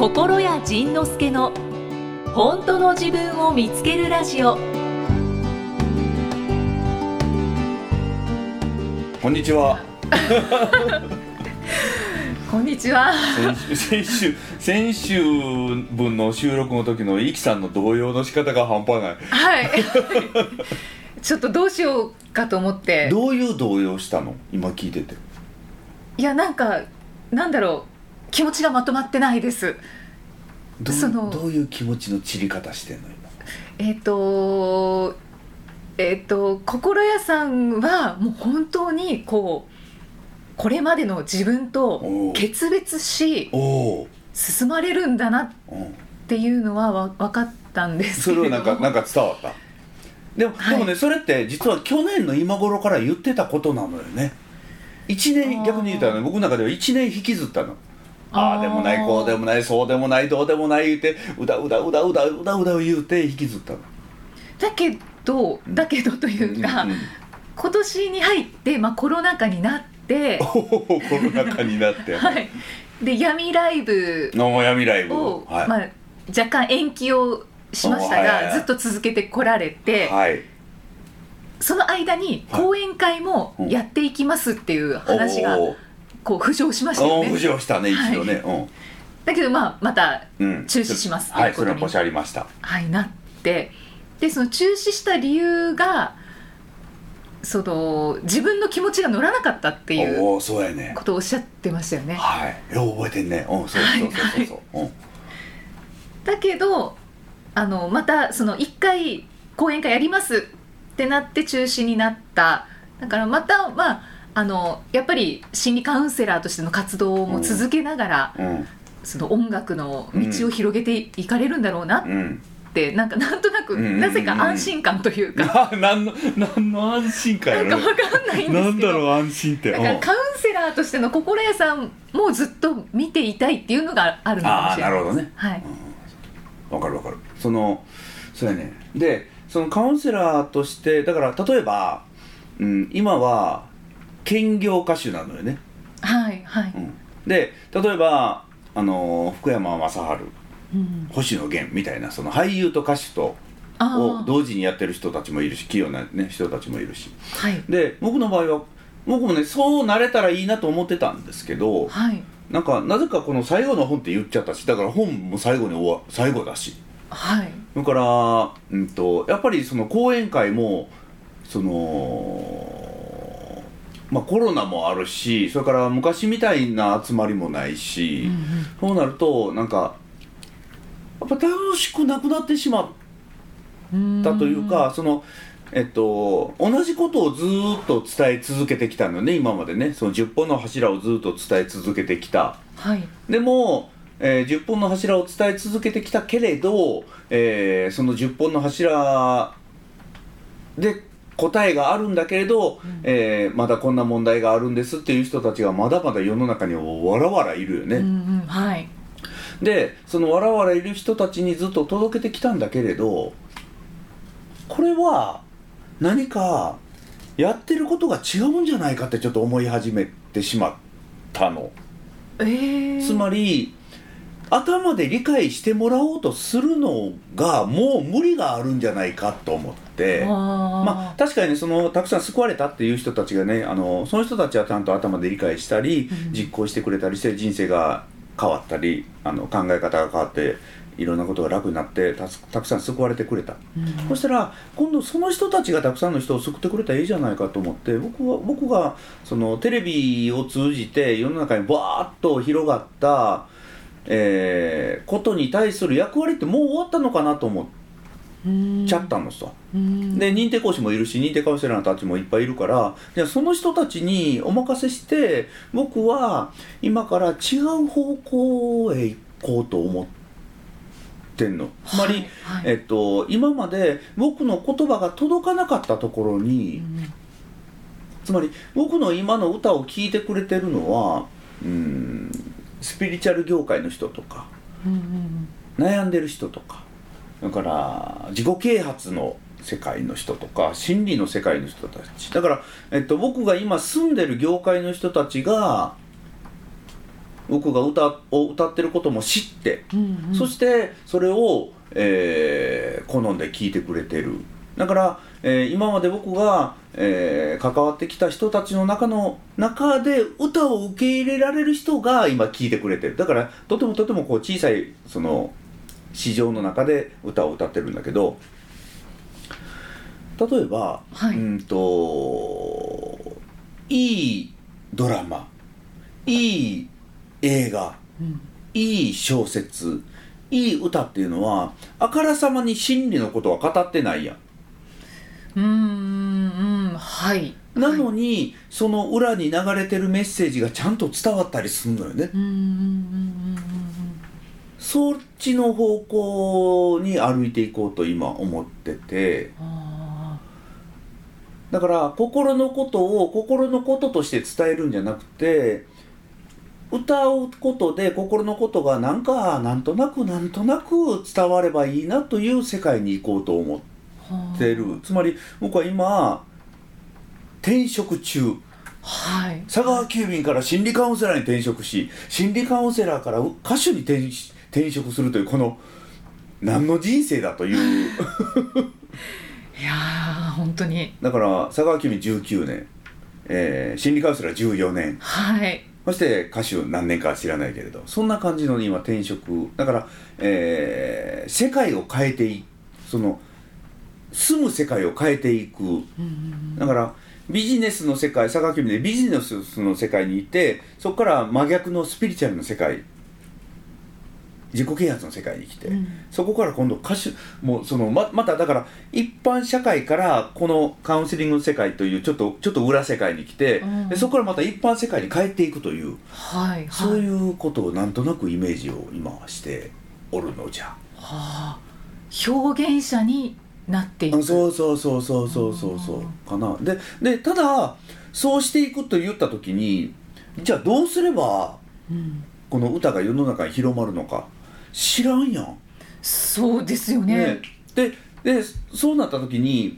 心谷仁之助の本当の自分を見つけるラジオ。 こんにちは。 こんにちは。 先週分の収録の時のイキさんの動揺の仕方が半端ない。 はいちょっとどうしようかと思って。 どういう動揺したの？今聞いてて。 いや、なんだろう、気持ちがまとまってないです。 どういう気持ちの散り方してんの今？ 心屋さんはもう本当にこれまでの自分と決別し進まれるんだなっていうのは分かったんですけれども。 それはなんか伝わった。でもね、それって実は去年の今頃から言ってたことなのよね。1年、逆に言ったらね、僕の中では1年引きずったの。ああでもない、こうでもない、そうでもない、どうでもない言うて、うだうだ言うて引きずったの。 だけどというか、今年に入って、コロナ禍になってコロナ禍になってはい、で闇ライブを、若干延期をしましたが、ずっと続けてこられて、その間に講演会もやっていきますっていう話が浮上しましたよね。 浮上したね、一度ね。 だけどまた中止しますっていうことに、 それはポシャりました。 なって、でその中止した理由が自分の気持ちが乗らなかったっていうことをおっしゃってましたよね。 よう覚えてんね。そうだけどまたその1回講演会やりますってなって中止になった。だからまたやっぱり心理カウンセラーとしての活動も続けながら、その音楽の道を広げていかれるんだろうなって、なんとなく、なぜか安心感というか、 何の安心感やろ。 なんか分かんないんですけど、 なんだろう安心って。 だからカウンセラーとしての心屋さんもずっと見ていたいっていうのがあるのかもしれないです。 なるほどね。分かる。そうやね。でそのカウンセラーとして、だから例えば、今は兼業歌手なのよね。で例えば福山雅治、星野源みたいな、その俳優と歌手とを同時にやってる人たちもいるし、器用な、人たちもいるし、で僕の場合は僕もね、そうなれたらいいなと思ってたんですけど、なぜかこの最後の本って言っちゃったし、だから本も最後だし、だからやっぱりその講演会もコロナもあるし、それから昔みたいな集まりもないし、そうなるとなんかやっぱ楽しくなくなってしまったというか、同じことをずっと伝え続けてきたのね、今までね。その10本の柱をずっと伝え続けてきた。でも、10本の柱を伝え続けてきたけれど、その10本の柱で答えがあるんだけれど、まだこんな問題があるんですっていう人たちがまだまだ世の中にはわらわらいるよね。でそのわらわらいる人たちにずっと届けてきたんだけれど、これは何かやってることが違うんじゃないかってちょっと思い始めてしまったの。つまり頭で理解してもらおうとするのがもう無理があるんじゃないかと思って、確かにたくさん救われたっていう人たちがね、その人たちはちゃんと頭で理解したり、実行してくれたりして人生が変わったり、考え方が変わっていろんなことが楽になって、たくさん救われてくれた。そしたら今度その人たちがたくさんの人を救ってくれたらいいじゃないかと思って、僕がそのテレビを通じて世の中にバーッと広がったことに対する役割ってもう終わったのかなと思っちゃったのさ。で認定講師もいるし、認定カウンセラーたちもいっぱいいるから、じゃあその人たちにお任せして、僕は今から違う方向へ行こうと思ってんの。つまり、今まで僕の言葉が届かなかったところに、つまり僕の今の歌を聴いてくれてるのはスピリチュアル業界の人とか、悩んでる人とか、だから自己啓発の世界の人とか、心理の世界の人たちだから、僕が今住んでる業界の人たちが僕が歌を歌ってることも知って、 うんうん、 そしてそれを、好んで聴いてくれてる。だから、今まで僕が、関わってきた人たちの中で歌を受け入れられる人が今聴いてくれてる。だからとてもこう小さいその市場の中で歌を歌ってるんだけど、例えば、 はい、 いいドラマ、いい映画、 うん、 いい小説、いい歌っていうのはあからさまに真理のことは語ってないやん。 はい。 なのに、はい、その裏に流れてるメッセージがちゃんと伝わったりするのよね。そっちの方向に歩いていこうと今思ってて、だから心のことを心のこととして伝えるんじゃなくて、歌うことで心のことがなんとなく伝わればいいなという世界に行こうと思ってる。つまり僕は今転職中、 はい、 佐川急便から心理カウンセラーに転職し、心理カウンセラーから歌手に転職するという、この何の人生だといういやー本当に。 だから佐川急便19年、心理カウンセラー14年、 はい、 そして歌手何年か知らないけれど、そんな感じの今転職だから、世界を変えていく、その住む世界を変えていく、だからビジネスの世界、佐川急便でビジネスの世界にいて、そこから真逆のスピリチュアルの世界、自己啓発の世界に来て、そこから今度歌手もうその まただから一般社会からこのカウンセリングの世界というちょっと裏世界に来て、でそこからまた一般世界に帰っていくという、 はい、 そういうことをなんとなくイメージを今はしておるのじゃ。 表現者になっていく。 そうかな。でただそうしていくと言った時に、じゃあどうすればこの歌が世の中に広まるのか知らんやん。 そうですよね。 でそうなった時に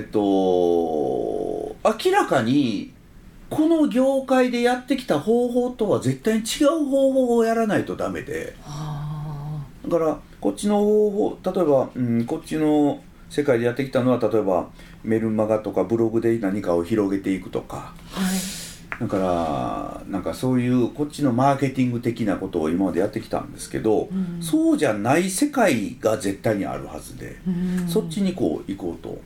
明らかにこの業界でやってきた方法とは絶対に違う方法をやらないとダメで、だからこっちの方法、例えば、こっちの世界でやってきたのは、例えばメルマガとかブログで何かを広げていくとか、だからなんかそういうこっちのマーケティング的なことを今までやってきたんですけど、そうじゃない世界が絶対にあるはずで、そっちにこう行こうと。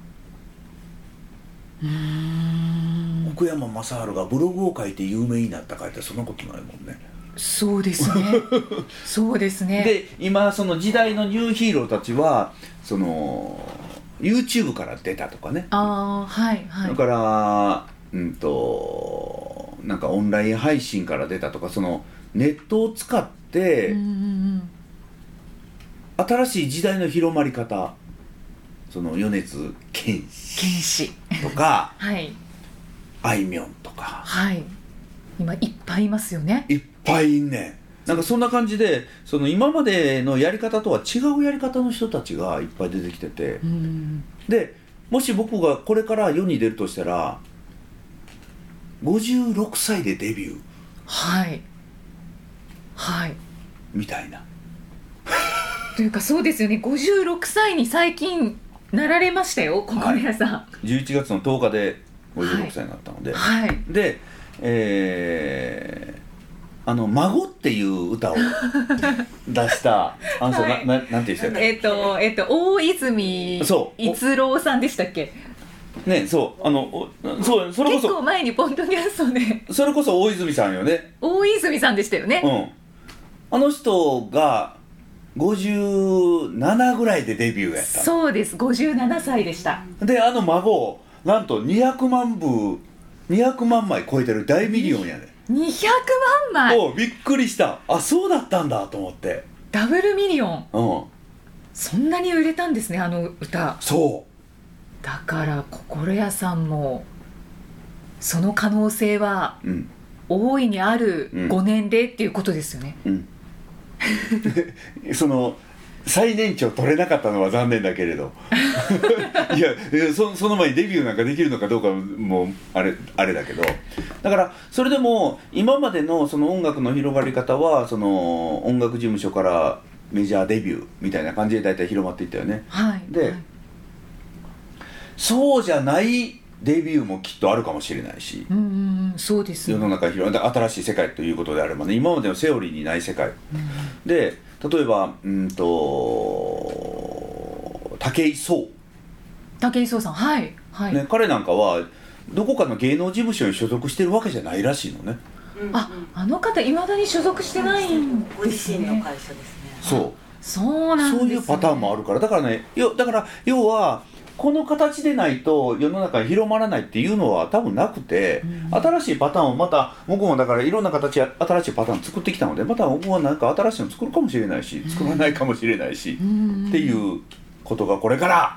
奥山雅治がブログを書いて有名になったかってそんなことないもんね。 そうですねそうですね。 で今その時代のニューヒーローたちはその YouTube から出たとかね。 はい、 だからなんかオンライン配信から出たとか、そのネットを使って新しい時代の広まり方、その米津玄師とかあいみょんとか、 今いっぱいいますよね。 いっぱいいんねん。なんかそんな感じで、その今までのやり方とは違うやり方の人たちがいっぱい出てきてて、でもし僕がこれから世に出るとしたら56歳でデビューみたいなというか、そうですよね。56歳に最近なられましたよ、心屋さん。 11月の10日で56歳になったので、で孫っていう歌を出したなんて言うんでしたっけ。 大泉逸郎さんでしたっけね。それこそ結構前にポッドキャストでそれこそ大泉さんよね。 大泉さんでしたよね。 あの人が57ぐらいでデビューやった。 そうです、57歳でした。 で孫なんと200万枚超えてる大ミリオンやね。 200万枚。 びっくりした。そうだったんだと思って。 ダブルミリオン。そんなに売れたんですね、あの歌。 そうだから心屋さんもその可能性は大いにある5年でっていうことですよね。 その最年長取れなかったのは残念だけれどいやその前にデビューなんかできるのかどうかもあれだけど、だからそれでも今までのその音楽の広がり方はその音楽事務所からメジャーデビューみたいな感じで大体広まっていったよね、 はい、 で、 はい、 そうじゃないデビューもきっとあるかもしれないし、 そうですね、 世の中に広がって新しい世界ということであればね、今までのセオリーにない世界、で例えば武井壮さん、はい、はい、 ね、彼なんかはどこかの芸能事務所に所属してるわけじゃないらしいのね、 あの方いまだに所属してないんご自身の会社ですね。 そうなんですね。 そういうパターンもあるから、だからね、だから要はこの形でないと世の中に広まらないっていうのは多分なくて、新しいパターンをまた僕もだからいろんな形新しいパターン作ってきたので、また僕はなんか新しいの作るかもしれないし、作らないかもしれないし、っていうことがこれから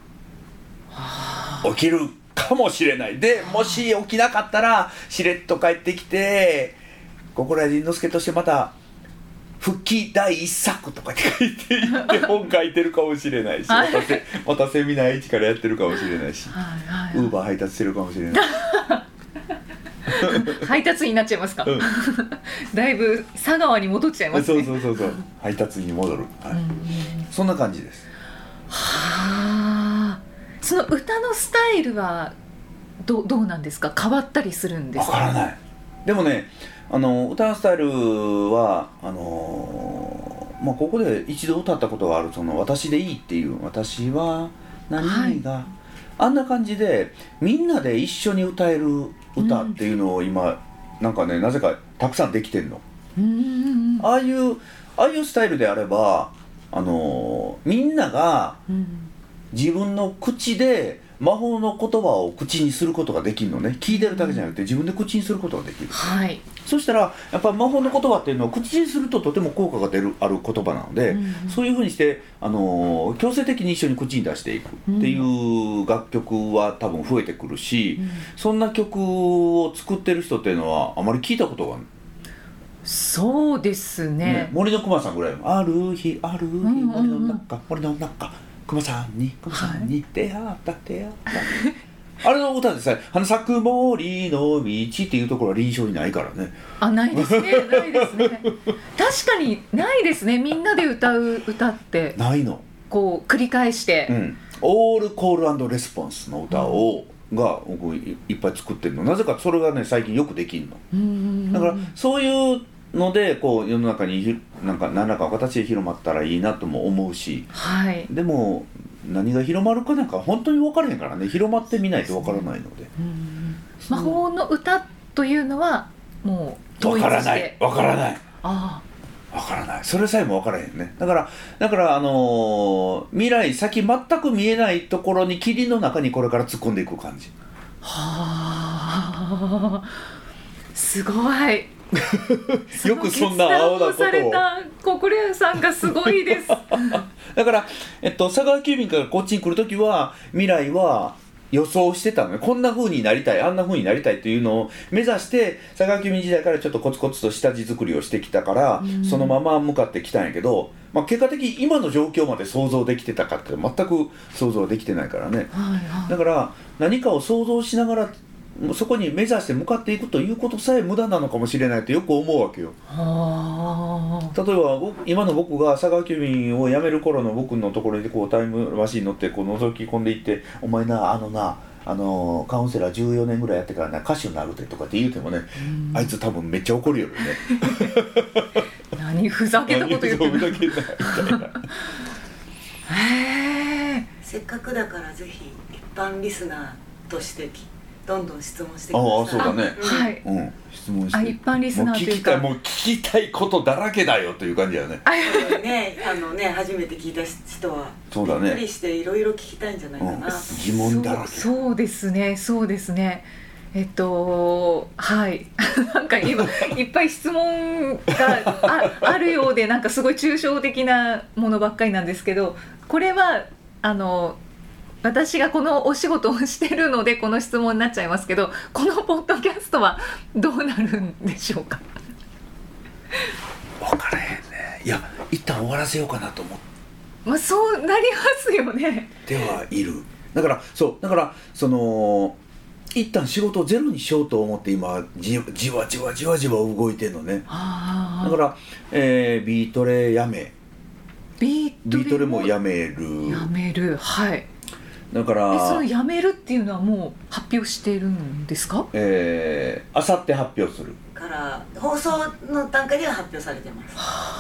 起きるかもしれない。でもし起きなかったらしれっと帰ってきて心谷仁之助としてまた復帰第一作とかって書いていって本書いてるかもしれないし、またセミナー1からやってるかもしれないし、ウーバー配達してるかもしれない配達になっちゃいますか、だいぶ佐川に戻っちゃいますね。 そう配達に戻る、そんな感じです。 はあ、その歌のスタイルはどうなんですか？変わったりするんですか？ わからない。でもね、歌のスタイルはここで一度歌ったことがあるその私でいいっていう私は何が、あんな感じでみんなで一緒に歌える歌っていうのを今、なんかね、なぜかたくさんできてんの。ああいうスタイルであればみんなが自分の口で魔法の言葉を口にすることができるのね。聞いてるだけじゃなくて自分で口にすることができる、そしたらやっぱり魔法の言葉っていうのは口にするととても効果がある言葉なので、そういうふうにして強制的に一緒に口に出していくっていう楽曲は多分増えてくるし、そんな曲を作ってる人っていうのはあまり聞いたことがない。 そうですね。 森のくまさんぐらいのある日森の中熊さんに出会ったあれの歌でさ、花咲く森の道っていうところは臨床にないからね。 ないですねないですね確かにないですね。みんなで歌う歌ってないの。 こう繰り返して、 オールコール&レスポンスの歌が僕いっぱい作ってるの。なぜかそれがね最近よくできんの。だからそういうのでこう世の中になんか何らかの形で広まったらいいなとも思うし、でも何が広まるかなんか本当に分からへんからね。広まってみないと分からないので、 魔法の歌というのはもう分からない。分からない。それさえも分からへんね。だから未来先全く見えないところに霧の中にこれから突っ込んでいく感じ。 すごいよくそんな青なことをされた心谷さんがすごいですだから、佐川急便からこっちに来るときは未来は予想してたのね。こんな風になりたいあんな風になりたいっていうのを目指して佐川急便時代からちょっとコツコツと下地作りをしてきたから、そのまま向かってきたんやけど、結果的に今の状況まで想像できてたかって全く想像できてないからね、だから何かを想像しながらそこに目指して向かっていくということさえ無駄なのかもしれないとよく思うわけよ。例えば今の僕が佐川急便を辞める頃の僕のところでこうタイムマシンに乗ってこう覗き込んでいって、お前なカウンセラー14年ぐらいやってからな歌手になるでとかって言うてもね、あいつ多分めっちゃ怒るよね何ふざけたこと言ってるふざけんなみたいなせっかくだからぜひ一般リスナーとしてどんどん質問してください。 そうだね。質問して。 一般リスナーというかもう聞きたいことだらけだよという感じだよね。 初めて聞いた人はそうだね。 びっくりしていろいろ聞きたいんじゃないかな。 疑問だらけ。 そうですね。なんか今いっぱい質問があるようで、なんかすごい抽象的なものばっかりなんですけど、これは私がこのお仕事をしてるのでこの質問になっちゃいますけど、このポッドキャストはどうなるんでしょうか。 分からへんね。いや一旦終わらせようかなと思ってまあ、そうなりますよね。 ではいる。だからその一旦仕事をゼロにしようと思って今じわじわ動いてんのね。だから、ビートレやめ、 ビートレもやめる、 はい。 だからそのやめるっていうのはもう発表しているんですか？ あさって発表するから放送の段階では発表されてます。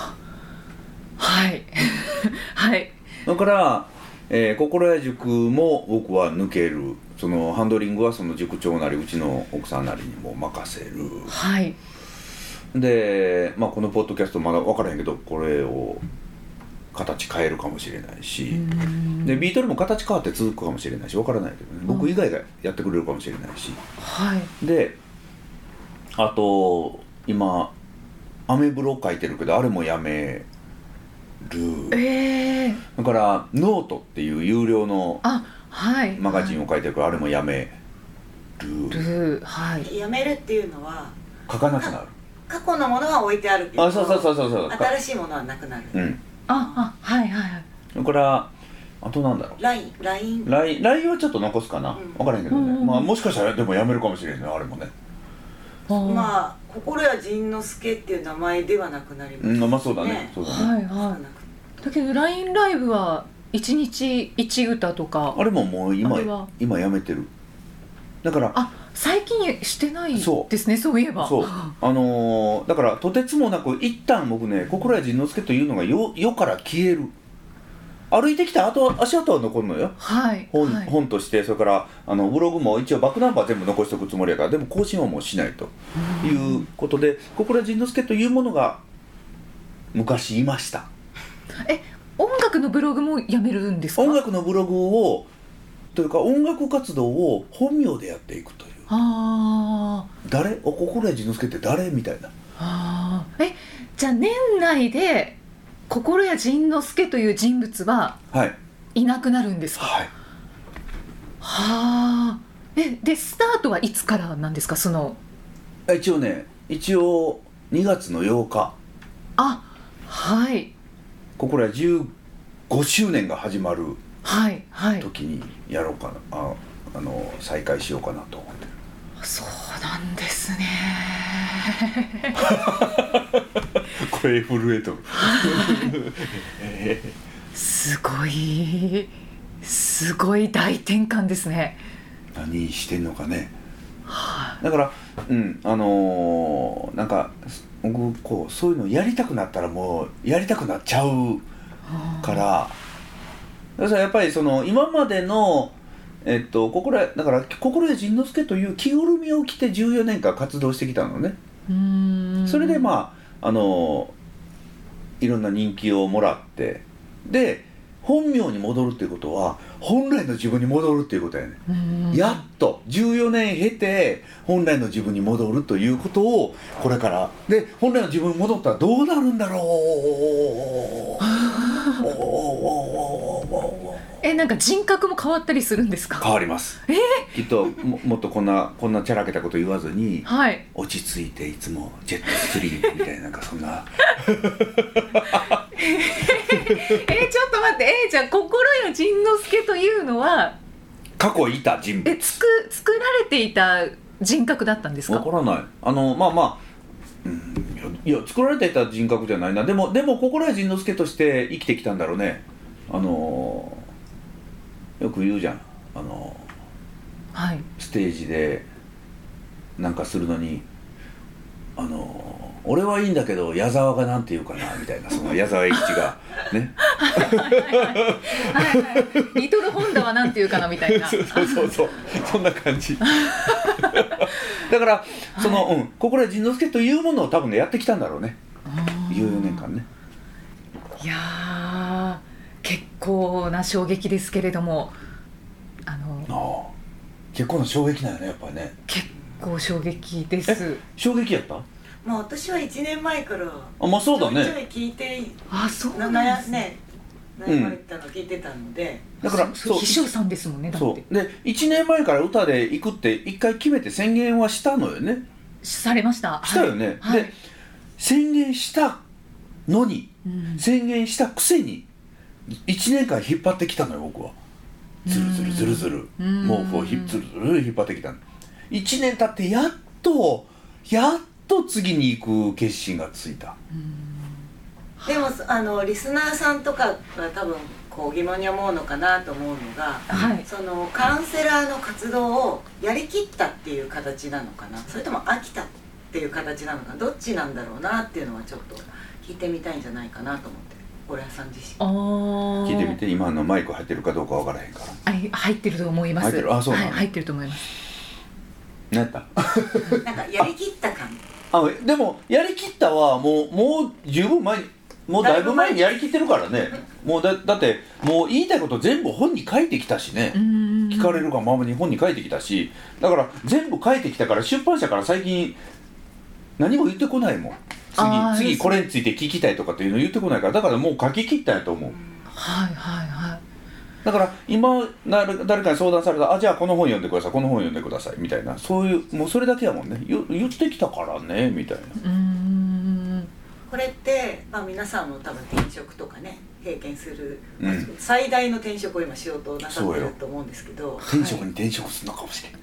はいはい。 だから心屋塾も僕は抜ける。そのハンドリングはその塾長なりうちの奥さんなりにも任せる。 はい。 で、まあ、このポッドキャストまだ分からへんけどこれを形変えるかもしれないし、でビートルも形変わって続くかもしれないし分からないけどね、僕以外がやってくれるかもしれないし、 はい。 であと今アメブロ書いてるけどあれもやめる、だからノートっていう有料のマガジンを書いてるからあれもやめる、 はい、 やめるっていうのは書かなくなる。 過去のものは置いてあるけど、 そう新しいものはなくなる。 はいはい。 だからあとなんだろう、 LINE はちょっと残すかな、分からへんけどね、まあ、もしかしたらでもやめるかもしれんねあれもね。 まあ心谷仁之助っていう名前ではなくなりますね。 まあそうだね。 はいはい。だけど LINE ライブは1日1歌とかあれももう今やめてる。だから最近してないですね。そういえばそうだからとてつもなく一旦僕ね心谷仁之助というのが世から消える。歩いてきた足跡は残るのよ、本として。それからブログも一応バックナンバー全部残しておくつもりやから、でも更新はもうしないということで、心谷仁之助というものが昔いました。 音楽のブログもやめるんですか？ 音楽のブログをというか音楽活動を本名でやっていくという。誰？心谷仁之助って誰？みたいな。 じゃあ年内で心谷仁之助という人物はいなくなるんですか？でスタートはいつからなんですか？その一応2月の8日。 はい。 心谷15周年が始まる時にやろうかな、再開しようかなと思ってる。 そうなんですねこれ震えとるすごい大転換ですね。 何してんのかね。だからなんか僕そういうのやりたくなったらもうやりたくなっちゃうから、だからやっぱりその今までの心谷仁之助という着ぐるみを着て14年間活動してきたのね。それでまあいろんな人気をもらって、で本名に戻るっていうことは本来の自分に戻るっていうことやね。やっと14年経て本来の自分に戻るということをこれからで、本来の自分に戻ったらどうなるんだろうなんか人格も変わったりするんですか？ 変わります。きっと もっとこんなチャラけたこと言わずに、落ち着いていつもジェットストリームみたいな、なんかそんなちょっと待って、じゃあ心谷仁之助というのは過去いた人物、 作られていた人格だったんですか？ わからない。いや作られていた人格じゃないな。でも心谷仁之助として生きてきたんだろうね。よく言うじゃん、ステージでなんかするのに俺はいいんだけど矢沢がなんて言うかなみたいな、その矢沢永吉がねリトルホンダはなんて言うかなみたいなそうそんな感じだからその、心谷仁之助というものを多分ねやってきたんだろうね、14年間ね。 いや結構な衝撃ですけれども、 結構な衝撃だよね、やっぱりね。 結構衝撃です。 衝撃やった？ 私は1年前からそうだね、 ちょい聞いて、 そうなんですね。 悩まれたの聞いてたので、 だから秘書さんですもんね。だってで1年前から歌で行くって一回決めて宣言はしたのよね。 されました。 したよね、で宣言したのに、宣言したくせに 1年間引っ張ってきたのよ僕は。ずるずるずるずる毛布をずるずる引っ張ってきたの。1年経ってやっと次に行く決心がついた。 でもリスナーさんとかは多分こう疑問に思うのかなと思うのが、 はい、 そのカウンセラーの活動をやりきったっていう形なのかな、それとも飽きたっていう形なのか、どっちなんだろうなっていうのはちょっと聞いてみたいんじゃないかなと思って、ゴリアさん自身。 聞いてみて。今のマイク入ってるかどうかわからへんから。 入ってると思います。 入ってる。あ、そうなの、 はい、入ってると思います。 何やったなんかやりきった感。 でもやりきったはもう十分前に、もうだいぶ前にやりきってるからね。もうだってもう言いたいこと全部本に書いてきたしね。聞かれるがままに本に書いてきたし、だから全部書いてきたから、出版社から最近何も言ってこないもん。次これについて聞きたいとかっていうの言ってこないから、だからもう書き切ったんやと思う。 はいはいはい。 だから今誰かに相談されたら、じゃあこの本読んでください、この本読んでくださいみたいな、そういうもうそれだけやもんね。言ってきたからねみたいな。 これって、皆さんも多分転職とかね経験する、最大の転職を今しようとなさってると思うんですけど、 転職に転職するのかもしれない。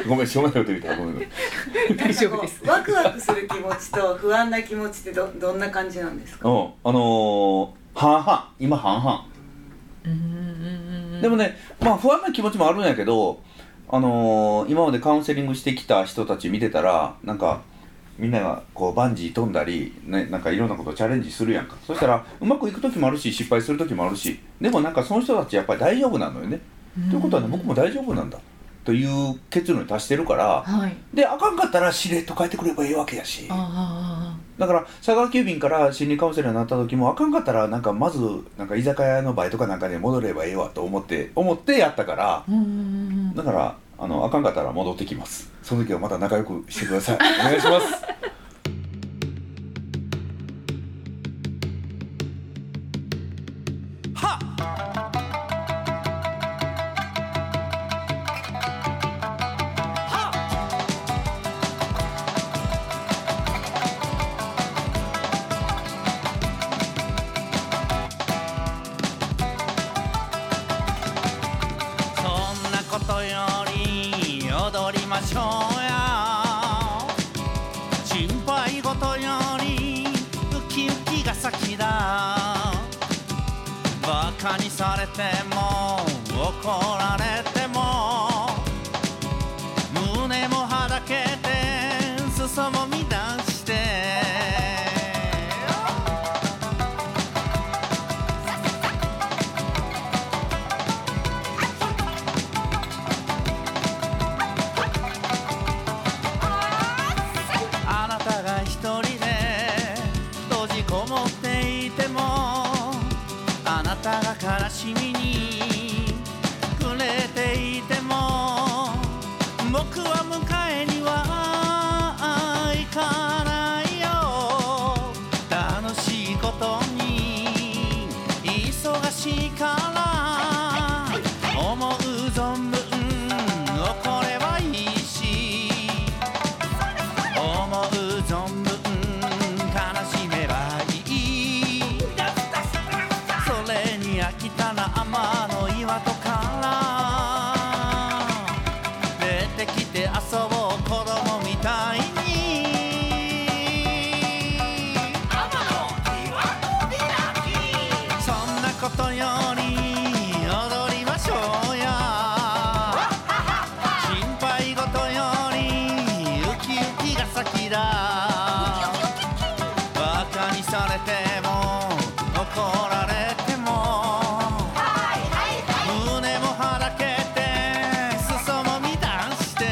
ごめん、しょうがないこと言った。ごめん。 大丈夫です。 ワクワクする気持ちと不安な気持ちってどんな感じなんですか？ 半々、今半々。でもね、不安な気持ちもあるんやけど、今までカウンセリングしてきた人たち見てたら、なんかみんながこうバンジー飛んだり、ね、なんかいろんなことをチャレンジするやんか。そしたらうまくいく時もあるし、失敗する時もあるし、でもなんかその人たちやっぱり大丈夫なのよね。ということはね、僕も大丈夫なんだという結論に達してるから、 はい、 であかんかったらしれっと帰ってくればいいわけやし。だから佐川急便から心理カウンセラーになった時も、あかんかったらなんかまずなんか居酒屋のバイトかなんかに戻ればいいわと思ってやったから、だからあかんかったら戻ってきます。その時はまた仲良くしてください。お願いします。 心配事よりウキウキが先だ。バカにされても怒られても胸もはだけて裾も乱してあなたが一人で閉じこもっていても、あなたが悲しみに暮れていても、僕は迎えには行かないよ。楽しいことに忙しいから思う存分怒ればいいし、思う存分悲しめばいい。それに飽きたら天の岩戸から出てきて遊ぼう子供みたいに。そんなことより踊りましょうや。心配事よりウキウキが先だ。バカにされても怒られても胸もはだけて裾も乱して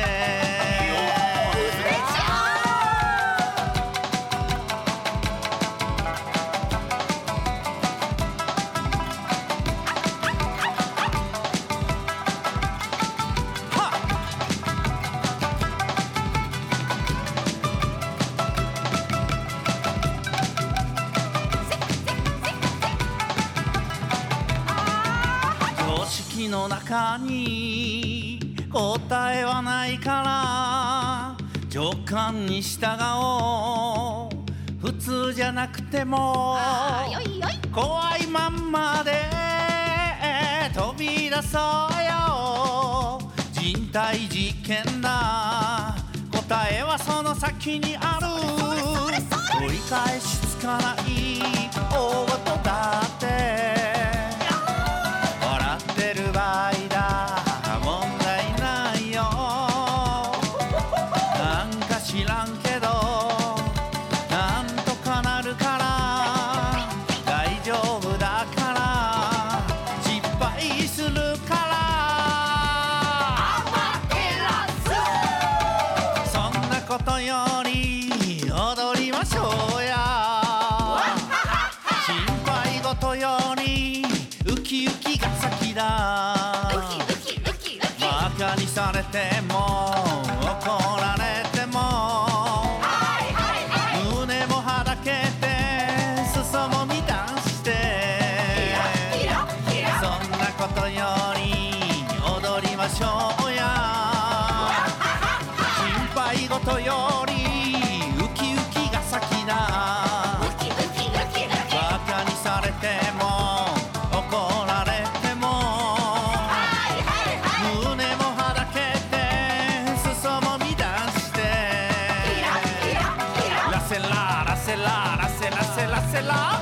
常識の中に答えはないから直感に従おう。普通じゃなくてもよいよい怖いまんまで飛び出そうよ。人体実験だ、答えはその先にある。折り返しつかない大事だって笑ってる場合だ、問題ないよ。なんか知らんけどなんとかなるから大丈夫だから、失敗するからそんなことより踊りましょうや。心配事よりウキウキが先だ。馬鹿にされても怒られても胸もはだけて裾も乱してそんなことより踊りましょうや。心配事よりウキウキが先だ。馬鹿にされても怒られても胸もはだけて裾も乱してラセララセララセラセラセラ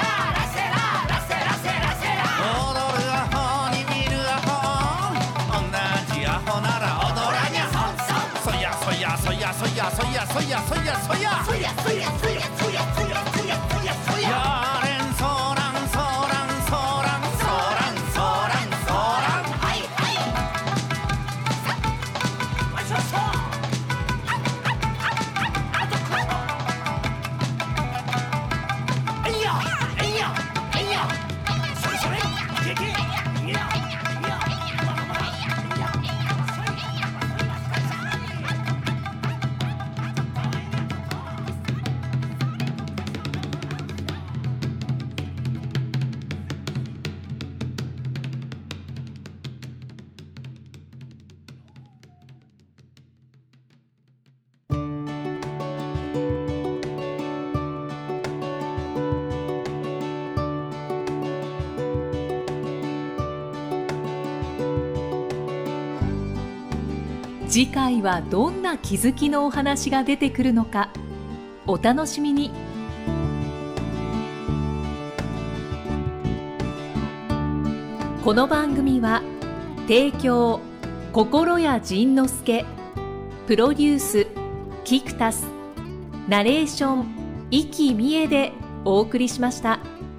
踊るアホに見るアホ、同じアホなら踊らにゃ。そやそやそやそやそやそやそやそややれんそらんそらんそらんそらんそらんそらん次回はどんな気づきのお話が出てくるのか、お楽しみに。この番組は提供心谷仁之助、プロデュースキクタス、ナレーション生きみえでお送りしました。